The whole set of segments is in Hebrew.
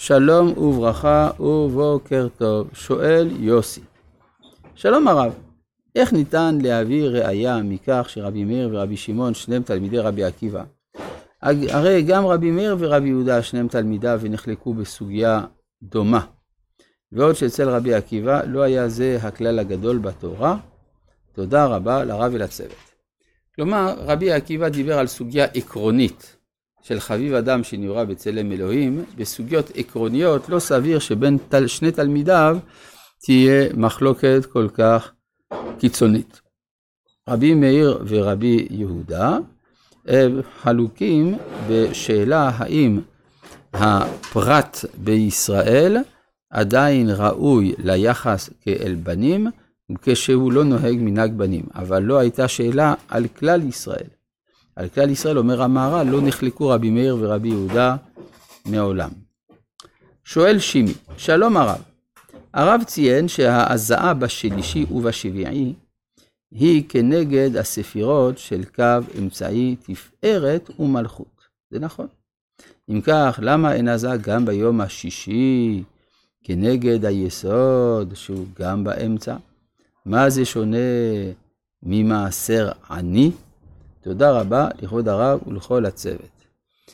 שלום וברכה ובוקר טוב. שואל יוסי. שלום הרב, איך ניתן להביא ראיה מכך שרבי מאיר ורבי שמעון שניהם תלמידי רבי עקיבא? הרי גם רבי מאיר ורבי יהודה שניהם תלמידיו ונחלקו בסוגיה דומה. ועוד שאצל רבי עקיבא לא היה זה הכלל הגדול בתורה. תודה רבה לרב ולצוות. כלומר, רבי עקיבא דיבר על סוגיה עקרונית של חביב אדם שנברא בצלם אלוהים. בסוגיות עקרוניות לא סביר שבין שני תלמידיו תהיה מחלוקת כל כך קיצונית. רבי מאיר ורבי יהודה חלוקים בשאלה האם הפרט בישראל עדיין ראוי ליחס כאל בנים כשהוא לא נוהג מנהג בנים, אבל לא הייתה שאלה על כלל ישראל. על כלל ישראל, אומר המהר"ל, לא נחלקו רבי מאיר ורבי יהודה מעולם. שואל שימי, שלום הרב. הרב ציין שההזעה בשלישי ובשביעי היא כנגד הספירות של קו אמצעי תפארת ומלכות. זה נכון. אם כך, למה אין הזעה גם ביום השישי כנגד היסוד שהוא גם באמצע? מה זה שונה ממעשר עני? תודה רבה לכבוד הרב ולכל הצוות.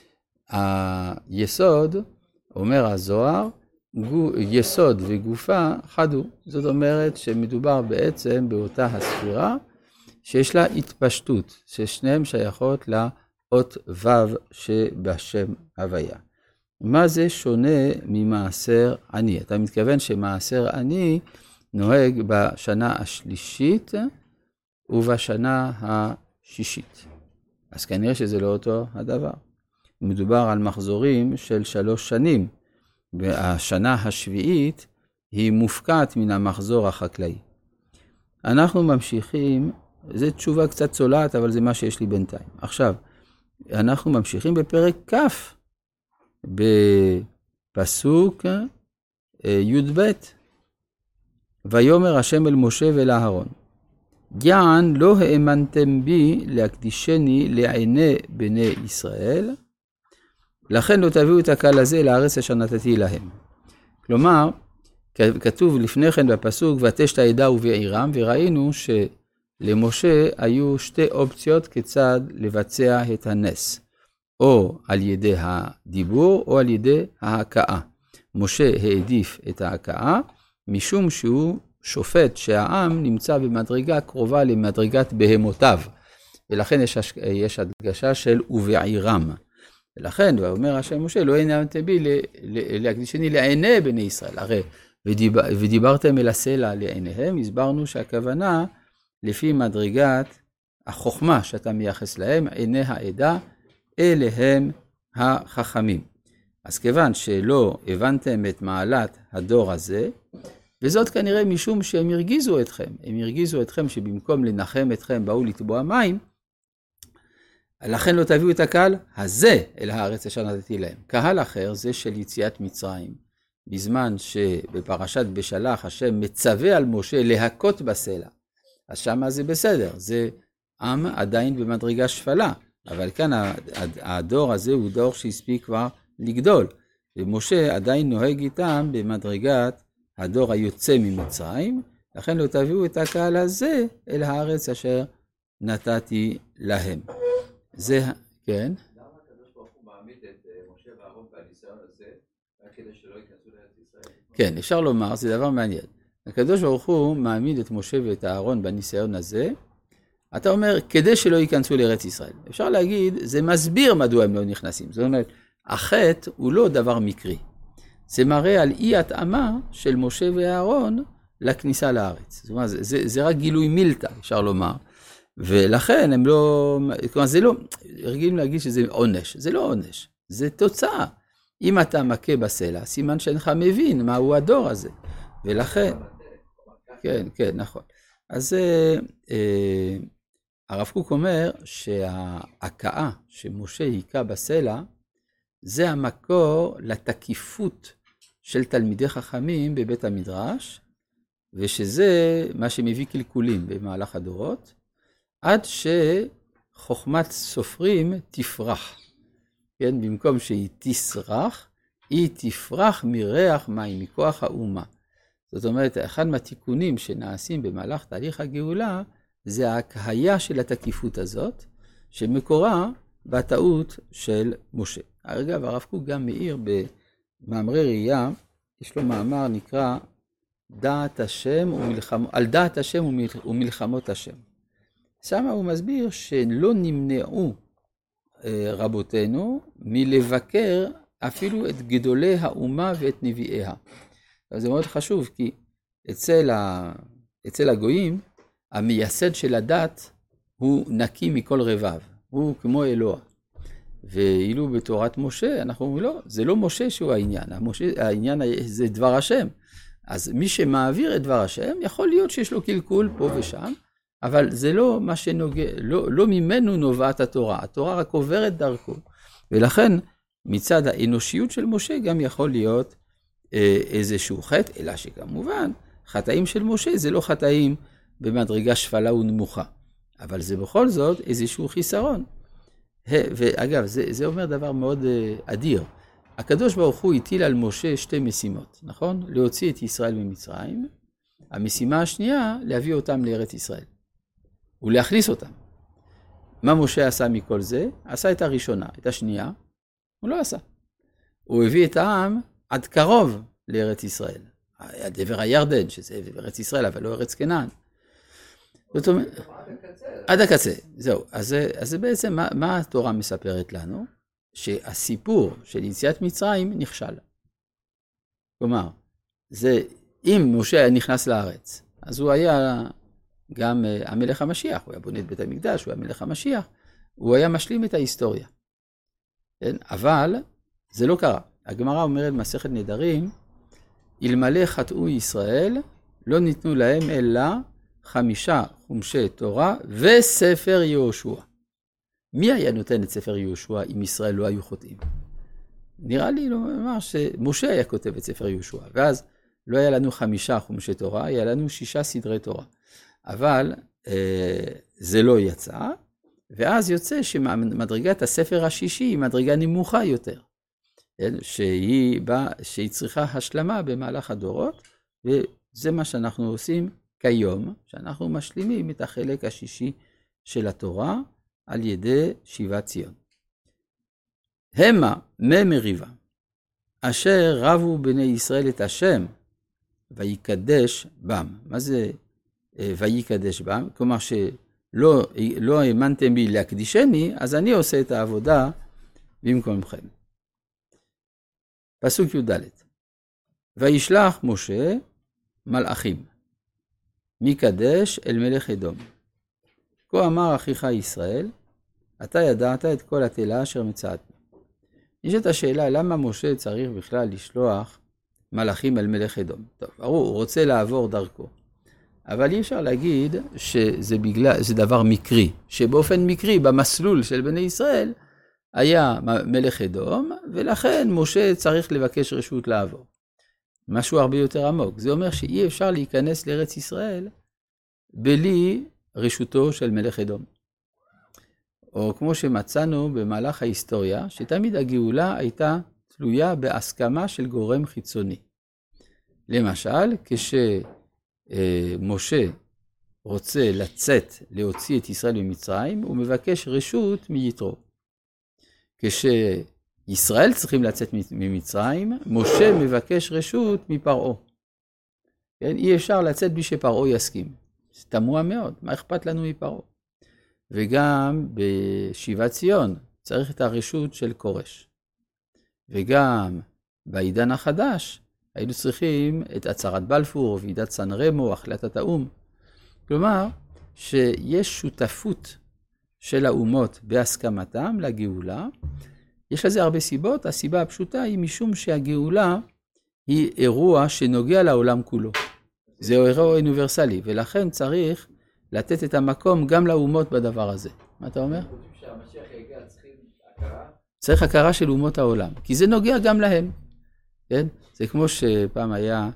היסוד, אומר הזוהר, יסוד וגופה חדו. זאת אומרת שמדובר בעצם באותה הספירה שיש לה התפשטות, ששניהם שייכות לאות ו' שבשם הוויה. מה זה שונה ממעשר עני? אתה מתכוון שמעשר עני נוהג בשנה השלישית ובשנה השישית. אז כנראה שזה לא אותו הדבר. מדובר על מחזורים של 3 שנים, והשנה השביעית היא מופקעת מן המחזור החקלאי. אנחנו ממשיכים, זו תשובה קצת צולעת, אבל זה מה שיש לי בינתיים. עכשיו, אנחנו ממשיכים בפרק כ' בפסוק י"ב. ויאמר השם אל משה ואל אהרון, יען לא האמנתם בי להקדישני לעיני בני ישראל, לכן לא תביאו את הקהל הזה לארץ אשר נתתי להם. כלומר, כתוב לפני כן בפסוק, ותשת העדה ובעירם, וראינו שלמשה היו 2 אופציות כיצד לבצע את הנס, או על ידי הדיבור או על ידי ההכאה. משה העדיף את ההכאה, משום שהוא שופט שהעם נמצא במדרגה קרובה למדרגת בהמותיו, ולכן יש הדגשה של ובעירם. ולכן, ואומר השם משה, לא האמנתם בי להקדישני לעיני בני ישראל. הרי, ודיברתם אל הסלע לעיניהם, הסברנו שהכוונה לפי מדרגת החוכמה שאתה מייחס להם, עיני העדה, אליהם החכמים. אז כיוון שלא הבנתם את מעלת הדור הזה, וזאת כנראה משום שהם הרגיזו אתכם. הם הרגיזו אתכם שבמקום לנחם אתכם באו לטבוע מים, לכן לא תביאו את הקהל הזה אל הארץ אשר נתתי להם. קהל אחר זה של יציאת מצרים. בזמן שבפרשת בשלח השם מצווה על משה להכות בסלע. אז שמה זה בסדר. זה עם עדיין במדרגה שפלה. אבל כאן הדור הזה הוא דור שהספיק כבר לגדול. ומשה עדיין נוהג איתם במדרגת הדור היוצא ממצרים. לכן לא תביאו את הקהל הזה אל הארץ אשר נתתי להם. זה, כן? למה הקדוש ברוך הוא מעמיד את משה ואהרון בניסיון הזה, רק כדי שלא ייכנסו לארץ ישראל? כן, אפשר לומר, זה דבר מעניין. הקדוש ברוך הוא מעמיד את משה ואת אהרון בניסיון הזה, אתה אומר, כדי שלא ייכנסו לארץ ישראל. אפשר להגיד, זה מסביר מדוע הם לא נכנסים. זאת אומרת, החטא הוא לא דבר מקרי. זה מראה על אי התאמה של משה ואהרון לכניסה לארץ. זאת אומרת, זה רק גילוי מילתא, אפשר לומר. ולכן הם לא, כלומר זה לא, רגילים להגיד שזה עונש, זה לא עונש, זה תוצאה. אם אתה מכה בסלע, סימן שאינך מבין מהו הדור הזה, ולכן, כן, כן, נכון. אז הרב קוק אומר שההכאה שמשה היכה בסלע, זה המקור לתקיפות של תלמידי חכמים בבית המדרש, ושזה מה שמביא קלקולים במהלך הדורות, עד שחוכמת סופרים תפרח. כן, במקום שהיא תסרח, היא תפרח מריח מים, מכוח האומה. זאת אומרת, אחד מהתיקונים שנעשים במהלך תהליך הגאולה, זה ההקהיה של התקיפות הזאת, שמקורה בטעות של משה. אגב, הרב קוק גם מאיר במאמרי ראייה, יש לו מאמר נקרא דעת השם על דעת השם ומלחמות השם. שם הוא מסביר שלא נמנעו רבותינו מלבקר אפילו את גדולי האומה ואת נביאיה. זה מאוד חשוב, כי אצל הגויים, המייסד של הדת הוא נקי מכל רבב, הוא כמו אלוה. ואילו בתורת משה, אנחנו אומרים, לא, זה לא משה שהוא העניין, העניין זה דבר השם. אז מי שמעביר את דבר השם, יכול להיות שיש לו קלקול פה ושם, אבל זה לא מה שנוגע, לא ממנו נובעת התורה, התורה רק עוברת דרכו. ולכן, מצד האנושיות של משה גם יכול להיות איזשהו חטא, אלא שכמובן, חטאים של משה זה לא חטאים במדרגה שפלה ונמוכה, אבל זה בכל זאת איזשהו חיסרון. ואגב, זה אומר דבר מאוד אדיר. הקדוש ברוך הוא הטיל על משה שתי משימות, נכון? להוציא את ישראל ממצרים, המשימה השנייה, להביא אותם לארץ ישראל, ולהכניס אותם. מה משה עשה מכל זה? עשה את הראשונה, את השנייה, הוא לא עשה. הוא הביא את העם עד קרוב לארץ ישראל, עד עבר הירדן, שזה ארץ ישראל, אבל לא ארץ כנען. זאת אומרת, עד הקצה, זהו. אז זה בעצם מה התורה מספרת לנו? שהסיפור של יציאת מצרים נכשל. כלומר, אם משה היה נכנס לארץ, אז הוא היה גם המלך המשיח, הוא היה בונה את בית המקדש, הוא היה מלך המשיח, הוא היה משלים את ההיסטוריה. כן? אבל זה לא קרה. הגמרא אומרת מסכת נדרים, אלמלא חטאו ישראל, לא ניתנו להם אלא 5 חומשי תורה וספר יהושע. מי היה נותן את ספר יהושע אם ישראל לא היו חוטאים? נראה לי לומר שמשה היה כותב את ספר יהושע, ואז לא היה לנו 5 חומשי תורה, היה לנו 6 סדרי תורה. אבל זה לא יצא, ואז יוצא שמדרגת הספר השישי היא מדרגה נמוכה יותר, שהיא צריכה השלמה במהלך הדורות, וזה מה שאנחנו עושים כיום, שאנחנו משלימים את החלק השישי של התורה על ידי שיבת ציון. המה ממריבה, אשר רבו בני ישראל את השם, ויקדש בם. מה זה ויקדש בם? כלומר שלא האמנתם בי להקדישני, אז אני עושה את העבודה במקומכם. פסוק י"ד. וישלח משה מלאכים מקדש אל מלך אדום. כה אמר אחיך ישראל, אתה ידעת את כל התלה אשר מצאתנו. נשאלת השאלה, למה משה צריך בכלל לשלוח מלאכים אל מלך אדום? טוב, הוא רוצה לעבור דרכו. אבל אי אפשר להגיד שזה דבר מקרי, שבאופן מקרי במסלול של בני ישראל היה מלך אדום, ולכן משה צריך לבקש רשות לעבור. משהו הרבה יותר עמוק. זה אומר שאי אפשר להיכנס לארץ ישראל בלי רשותו של מלך אדום. או כמו שמצאנו במהלך ההיסטוריה, שתמיד הגאולה הייתה תלויה בהסכמה של גורם חיצוני. למשל, כשמשה רוצה לצאת, להוציא את ישראל ממצרים, הוא מבקש רשות מיתרו. כשישראל צריכים לצאת ממצרים, משה מבקש רשות מפרעה. כן? אי אפשר לצאת בלי שפרעה יסכים. זה תמוה מאוד, מה אכפת לנו מפרעה? וגם בשיבת ציון צריך את הרשות של קורש. וגם בעידן החדש היינו צריכים את הצהרת בלפור, ועידת סן רמו, החלטת האום. כלומר, שיש שותפות של האומות בהסכמתם לגאולה. יש לזה הרבה סיבות, הסיבה הפשוטה היא משום שהגאולה היא אירוע שנוגע לעולם כולו. זה אירוע אוניברסלי, ולכן צריך לתת את המקום גם לאומות בדבר הזה. מה אתה אומר? שהמשיח יגיע צריכים הכרה? צריך הכרה של אומות העולם, כי זה נוגע גם להם. כן? זה כמו שפעם היה,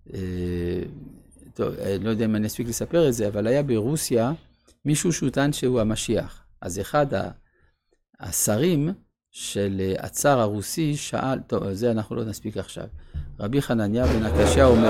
טוב, לא יודע אם אני אספיק לספר את זה, אבל היה ברוסיה מישהו שטען שהוא המשיח. אז אחד השרים של הצאר הרוסי שאל, טוב, זה אנחנו לא נספיק עכשיו. רבי חנניה בן הקשיא אומר,